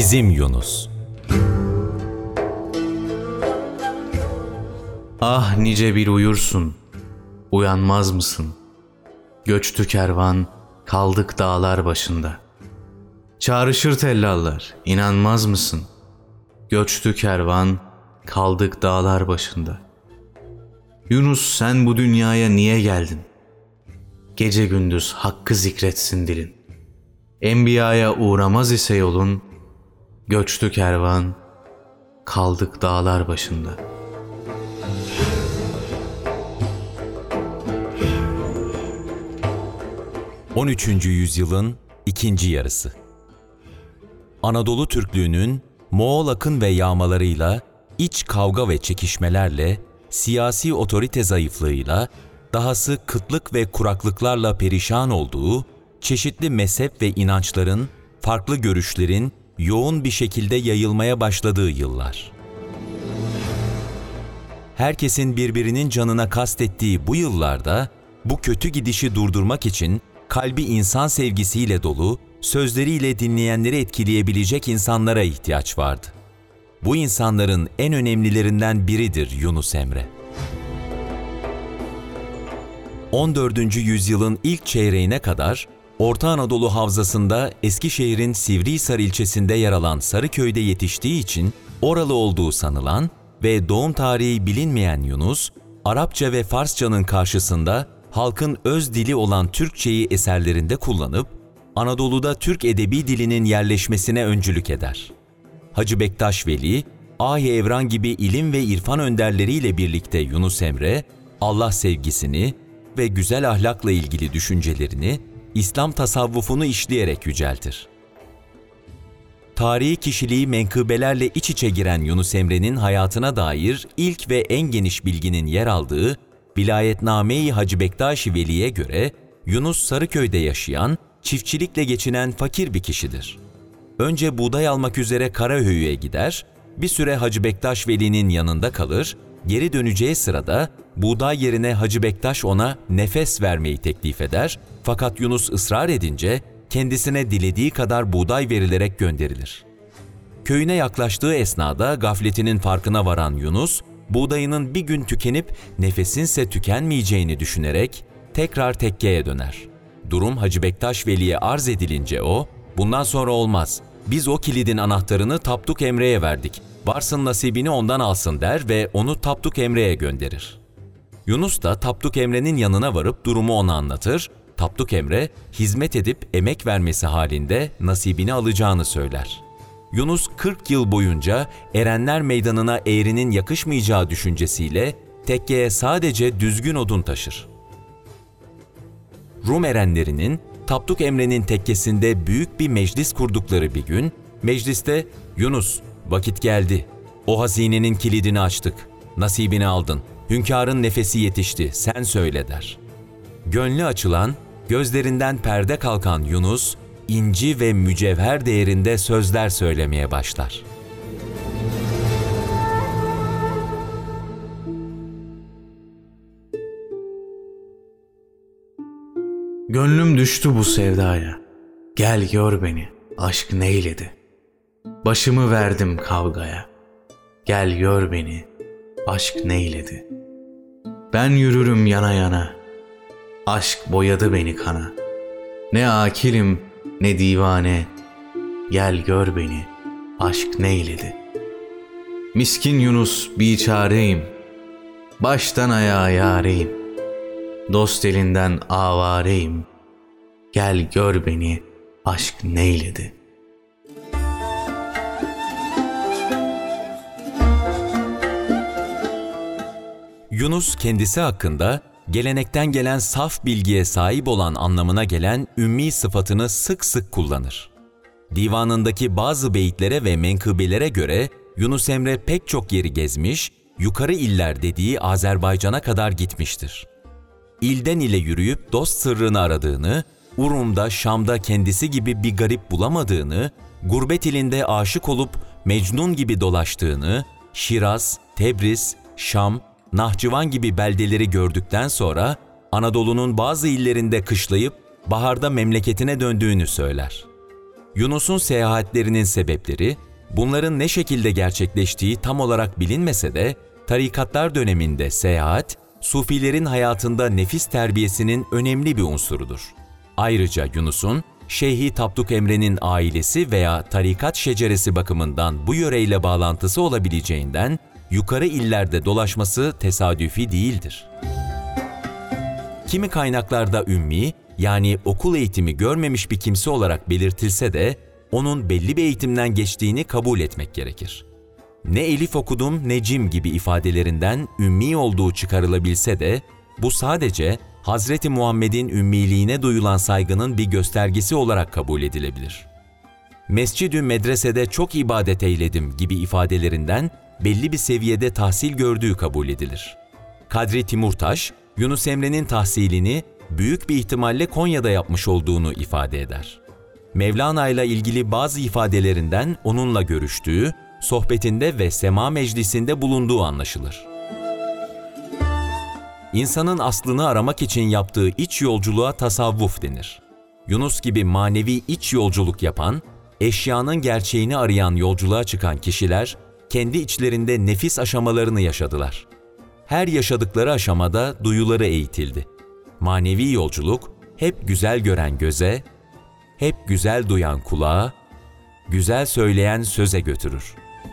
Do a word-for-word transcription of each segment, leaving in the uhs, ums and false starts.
Bizim Yunus. Ah nice bir uyursun, uyanmaz mısın? Göçtü kervan, kaldık dağlar başında. Çağrışır tellallar, inanmaz mısın? Göçtü kervan, kaldık dağlar başında. Yunus, sen bu dünyaya niye geldin? Gece gündüz hakkı zikretsin dilin. Enbiyaya uğramaz ise yolun, göçtü kervan, kaldık dağlar başında. on üçüncü yüzyılın ikinci yarısı. Anadolu Türklüğünün Moğol akın ve yağmalarıyla, iç kavga ve çekişmelerle, siyasi otorite zayıflığıyla, dahası kıtlık ve kuraklıklarla perişan olduğu, çeşitli mezhep ve inançların, farklı görüşlerin yoğun bir şekilde yayılmaya başladığı yıllar. Herkesin birbirinin canına kastettiği bu yıllarda, bu kötü gidişi durdurmak için kalbi insan sevgisiyle dolu, sözleriyle dinleyenleri etkileyebilecek insanlara ihtiyaç vardı. Bu insanların en önemlilerinden biridir Yunus Emre. on dördüncü yüzyılın ilk çeyreğine kadar Orta Anadolu Havzası'nda Eskişehir'in Sivrihisar ilçesinde yer alan Sarıköy'de yetiştiği için oralı olduğu sanılan ve doğum tarihi bilinmeyen Yunus, Arapça ve Farsçanın karşısında halkın öz dili olan Türkçeyi eserlerinde kullanıp, Anadolu'da Türk edebi dilinin yerleşmesine öncülük eder. Hacı Bektaş Veli, Ahi Evran gibi ilim ve irfan önderleriyle birlikte Yunus Emre, Allah sevgisini ve güzel ahlakla ilgili düşüncelerini, İslam tasavvufunu işleyerek yüceltir. Tarihi kişiliği menkıbelerle iç içe giren Yunus Emre'nin hayatına dair ilk ve en geniş bilginin yer aldığı Vilayetname-i Hacı Bektaş-ı Veli'ye göre Yunus Sarıköy'de yaşayan, çiftçilikle geçinen fakir bir kişidir. Önce buğday almak üzere Karahöyük'e gider, bir süre Hacı Bektaş Veli'nin yanında kalır, geri döneceği sırada buğday yerine Hacı Bektaş ona nefes vermeyi teklif eder, fakat Yunus ısrar edince kendisine dilediği kadar buğday verilerek gönderilir. Köyüne yaklaştığı esnada gafletinin farkına varan Yunus, buğdayının bir gün tükenip nefesinse tükenmeyeceğini düşünerek tekrar tekkeye döner. Durum Hacı Bektaş Veli'ye arz edilince o, bundan sonra olmaz, biz o kilidin anahtarını Tapduk Emre'ye verdik, varsın nasibini ondan alsın der ve onu Tapduk Emre'ye gönderir. Yunus da Tapduk Emre'nin yanına varıp durumu ona anlatır, Tapduk Emre hizmet edip emek vermesi halinde nasibini alacağını söyler. Yunus kırk yıl boyunca Erenler Meydanı'na eğrinin yakışmayacağı düşüncesiyle tekkeye sadece düzgün odun taşır. Rum erenlerinin Tapduk Emre'nin tekkesinde büyük bir meclis kurdukları bir gün, mecliste "Yunus, vakit geldi. O hazinenin kilidini açtık. Nasibini aldın. Hünkârın nefesi yetişti. Sen söyle" der. Gönlü açılan, gözlerinden perde kalkan Yunus, inci ve mücevher değerinde sözler söylemeye başlar. Gönlüm düştü bu sevdaya, gel gör beni, aşk neyledi? Başımı verdim kavgaya, gel gör beni, aşk neyledi? Ben yürürüm yana yana, aşk boyadı beni kana. Ne akilim ne divane, gel gör beni, aşk neyledi? Miskin Yunus biçareyim, baştan ayağa yareyim, dost elinden avareyim, gel gör beni, aşk neyledi? Yunus kendisi hakkında gelenekten gelen saf bilgiye sahip olan anlamına gelen ümmi sıfatını sık sık kullanır. Divanındaki bazı beyitlere ve menkıbelere göre Yunus Emre pek çok yeri gezmiş, yukarı iller dediği Azerbaycan'a kadar gitmiştir. İlden ile yürüyüp dost sırrını aradığını, Urum'da, Şam'da kendisi gibi bir garip bulamadığını, gurbet ilinde aşık olup Mecnun gibi dolaştığını, Şiraz, Tebriz, Şam, Nahçıvan gibi beldeleri gördükten sonra Anadolu'nun bazı illerinde kışlayıp baharda memleketine döndüğünü söyler. Yunus'un seyahatlerinin sebepleri, bunların ne şekilde gerçekleştiği tam olarak bilinmese de, tarikatlar döneminde seyahat, Sufilerin hayatında nefis terbiyesinin önemli bir unsurudur. Ayrıca Yunus'un, Şeyh-i Tapduk Emre'nin ailesi veya tarikat şeceresi bakımından bu yöreyle bağlantısı olabileceğinden, yukarı illerde dolaşması tesadüfi değildir. Kimi kaynaklarda ümmi, yani okul eğitimi görmemiş bir kimse olarak belirtilse de, onun belli bir eğitimden geçtiğini kabul etmek gerekir. Ne elif okudum ne cim gibi ifadelerinden ümmi olduğu çıkarılabilse de, bu sadece Hazreti Muhammed'in ümmiliğine duyulan saygının bir göstergesi olarak kabul edilebilir. Mescid-ü medresede çok ibadet eyledim gibi ifadelerinden belli bir seviyede tahsil gördüğü kabul edilir. Kadri Timurtaş, Yunus Emre'nin tahsilini büyük bir ihtimalle Konya'da yapmış olduğunu ifade eder. Mevlana ile ilgili bazı ifadelerinden onunla görüştüğü, sohbetinde ve sema meclisinde bulunduğu anlaşılır. İnsanın aslını aramak için yaptığı iç yolculuğa tasavvuf denir. Yunus gibi manevi iç yolculuk yapan, eşyanın gerçeğini arayan yolculuğa çıkan kişiler, kendi içlerinde nefis aşamalarını yaşadılar. Her yaşadıkları aşamada duyuları eğitildi. Manevi yolculuk, hep güzel gören göze, hep güzel duyan kulağa, güzel söyleyen söze götürür.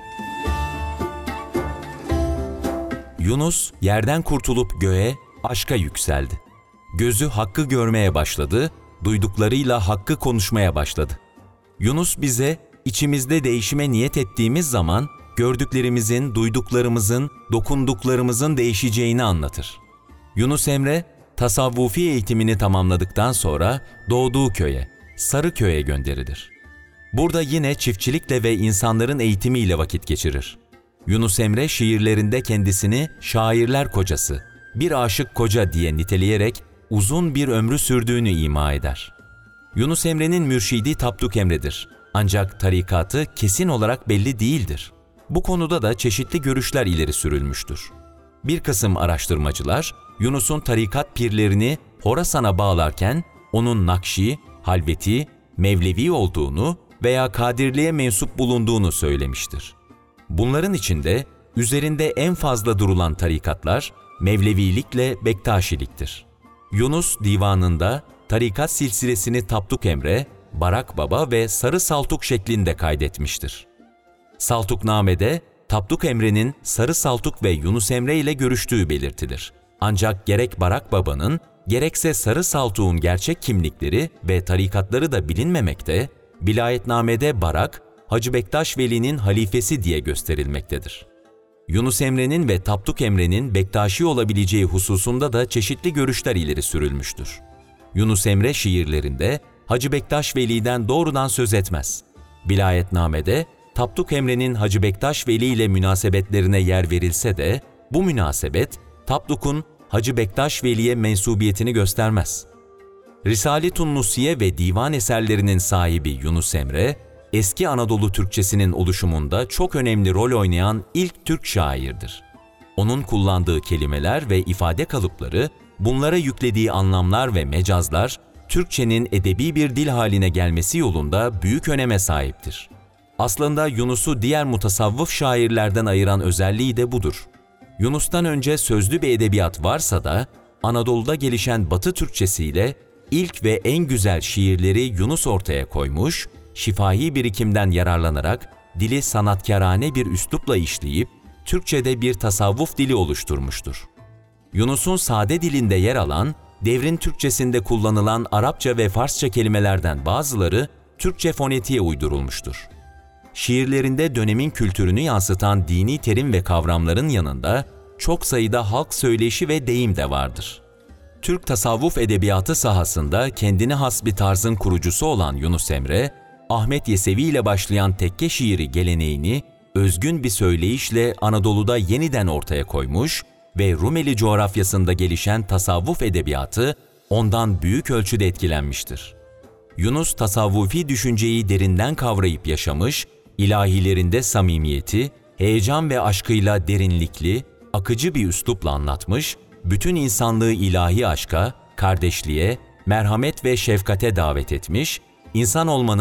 Yunus, yerden kurtulup göğe, aşka yükseldi. Gözü hakkı görmeye başladı, duyduklarıyla hakkı konuşmaya başladı. Yunus bize, içimizde değişime niyet ettiğimiz zaman, gördüklerimizin, duyduklarımızın, dokunduklarımızın değişeceğini anlatır. Yunus Emre, tasavvufi eğitimini tamamladıktan sonra doğduğu köye, Sarıköy'e gönderilir. Burada yine çiftçilikle ve insanların eğitimiyle vakit geçirir. Yunus Emre şiirlerinde kendisini şairler kocası, bir aşık koca diye niteleyerek uzun bir ömrü sürdüğünü ima eder. Yunus Emre'nin mürşidi Tapduk Emre'dir. Ancak tarikatı kesin olarak belli değildir. Bu konuda da çeşitli görüşler ileri sürülmüştür. Bir kısım araştırmacılar, Yunus'un tarikat pirlerini Horasan'a bağlarken onun Nakşi, Halveti, Mevlevi olduğunu veya Kadirliğe mensup bulunduğunu söylemiştir. Bunların içinde üzerinde en fazla durulan tarikatlar Mevlevilikle Bektaşiliktir. Yunus divanında tarikat silsilesini Tapduk Emre, Barak Baba ve Sarı Saltuk şeklinde kaydetmiştir. Saltukname'de Tapduk Emre'nin Sarı Saltuk ve Yunus Emre ile görüştüğü belirtilir. Ancak gerek Barak Baba'nın gerekse Sarı Saltuk'un gerçek kimlikleri ve tarikatları da bilinmemekte, vilayetnamede Barak, Hacı Bektaş Veli'nin halifesi diye gösterilmektedir. Yunus Emre'nin ve Tapduk Emre'nin Bektaşi olabileceği hususunda da çeşitli görüşler ileri sürülmüştür. Yunus Emre şiirlerinde Hacı Bektaş Veli'den doğrudan söz etmez. Vilayetnamede Tapduk Emre'nin Hacı Bektaş Veli ile münasebetlerine yer verilse de bu münasebet Tapduk'un Hacı Bektaş Veli'ye mensubiyetini göstermez. Risale-i Nusiye ve divan eserlerinin sahibi Yunus Emre, eski Anadolu Türkçesinin oluşumunda çok önemli rol oynayan ilk Türk şairdir. Onun kullandığı kelimeler ve ifade kalıpları, bunlara yüklediği anlamlar ve mecazlar, Türkçenin edebi bir dil haline gelmesi yolunda büyük öneme sahiptir. Aslında Yunus'u diğer mutasavvıf şairlerden ayıran özelliği de budur. Yunus'tan önce sözlü bir edebiyat varsa da, Anadolu'da gelişen Batı Türkçesiyle ilk ve en güzel şiirleri Yunus ortaya koymuş, şifahi birikimden yararlanarak dili sanatkârane bir üslupla işleyip, Türkçe'de bir tasavvuf dili oluşturmuştur. Yunus'un sade dilinde yer alan, devrin Türkçesinde kullanılan Arapça ve Farsça kelimelerden bazıları Türkçe fonetiğe uydurulmuştur. Şiirlerinde dönemin kültürünü yansıtan dini terim ve kavramların yanında çok sayıda halk söyleyişi ve deyim de vardır. Türk tasavvuf edebiyatı sahasında kendine has bir tarzın kurucusu olan Yunus Emre, Ahmet Yesevi ile başlayan tekke şiiri geleneğini özgün bir söyleyişle Anadolu'da yeniden ortaya koymuş ve Rumeli coğrafyasında gelişen tasavvuf edebiyatı ondan büyük ölçüde etkilenmiştir. Yunus tasavvufi düşünceyi derinden kavrayıp yaşamış, ilahilerinde samimiyeti, heyecan ve aşkıyla derinlikli, akıcı bir üslupla anlatmış, bütün insanlığı ilahi aşka, kardeşliğe, merhamet ve şefkate davet etmiş, insan olmanın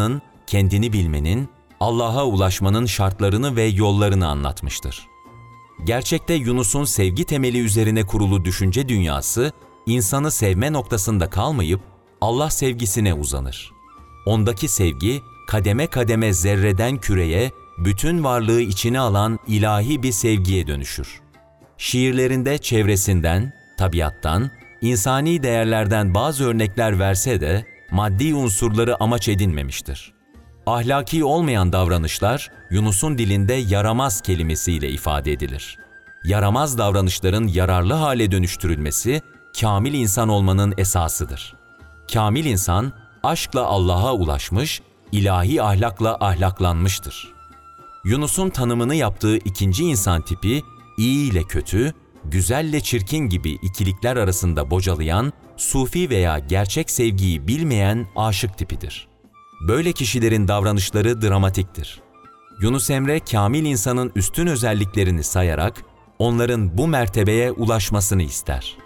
kendini bilmenin, Allah'a ulaşmanın şartlarını ve yollarını anlatmıştır. Gerçekte Yunus'un sevgi temeli üzerine kurulu düşünce dünyası, insanı sevme noktasında kalmayıp Allah sevgisine uzanır. Ondaki sevgi, kademe kademe zerreden küreye, bütün varlığı içine alan ilahi bir sevgiye dönüşür. Şiirlerinde çevresinden, tabiattan, insani değerlerden bazı örnekler verse de maddi unsurları amaç edinmemiştir. Ahlaki olmayan davranışlar Yunus'un dilinde yaramaz kelimesiyle ifade edilir. Yaramaz davranışların yararlı hale dönüştürülmesi kamil insan olmanın esasıdır. Kamil insan aşkla Allah'a ulaşmış, ilahi ahlakla ahlaklanmıştır. Yunus'un tanımını yaptığı ikinci insan tipi, iyi ile kötü, güzelle çirkin gibi ikilikler arasında bocalayan, sufi veya gerçek sevgiyi bilmeyen aşık tipidir. Böyle kişilerin davranışları dramatiktir. Yunus Emre, kamil insanın üstün özelliklerini sayarak, onların bu mertebeye ulaşmasını ister.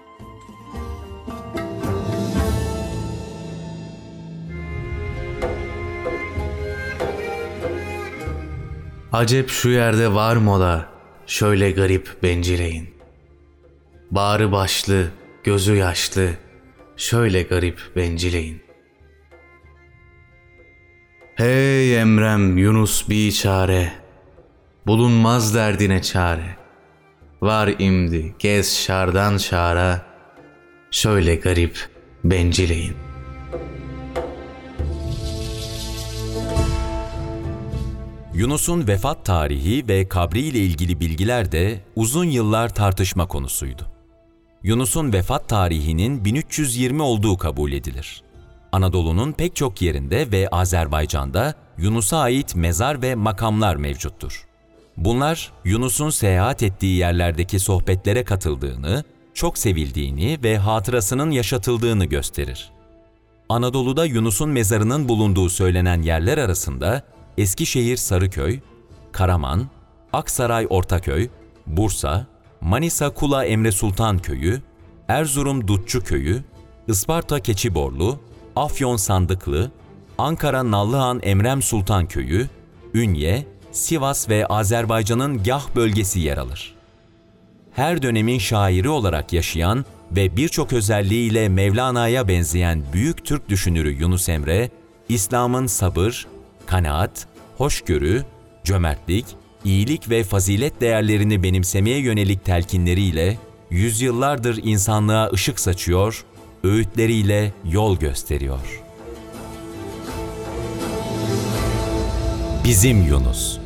Acep şu yerde var mola, şöyle garip bencileyin. Bağrı başlı, gözü yaşlı, şöyle garip bencileyin. Hey Emrem Yunus biçare, bulunmaz derdine çare. Var imdi gez şardan şara, şöyle garip bencileyin. Yunus'un vefat tarihi ve kabri ile ilgili bilgiler de uzun yıllar tartışma konusuydu. Yunus'un vefat tarihinin bin üç yüz yirmi olduğu kabul edilir. Anadolu'nun pek çok yerinde ve Azerbaycan'da Yunus'a ait mezar ve makamlar mevcuttur. Bunlar Yunus'un seyahat ettiği yerlerdeki sohbetlere katıldığını, çok sevildiğini ve hatırasının yaşatıldığını gösterir. Anadolu'da Yunus'un mezarının bulunduğu söylenen yerler arasında Eskişehir Sarıköy, Karaman, Aksaray Ortaköy, Bursa, Manisa Kula Emre Sultan Köyü, Erzurum Dutçu Köyü, Isparta Keçiborlu, Afyon Sandıklı, Ankara Nallıhan Emrem Sultan Köyü, Ünye, Sivas ve Azerbaycan'ın Gah bölgesi yer alır. Her dönemin şairi olarak yaşayan ve birçok özelliğiyle Mevlana'ya benzeyen büyük Türk düşünürü Yunus Emre, İslam'ın sabır, kanaat, hoşgörü, cömertlik, iyilik ve fazilet değerlerini benimsemeye yönelik telkinleriyle yüzyıllardır insanlığa ışık saçıyor, öğütleriyle yol gösteriyor. Bizim Yunus.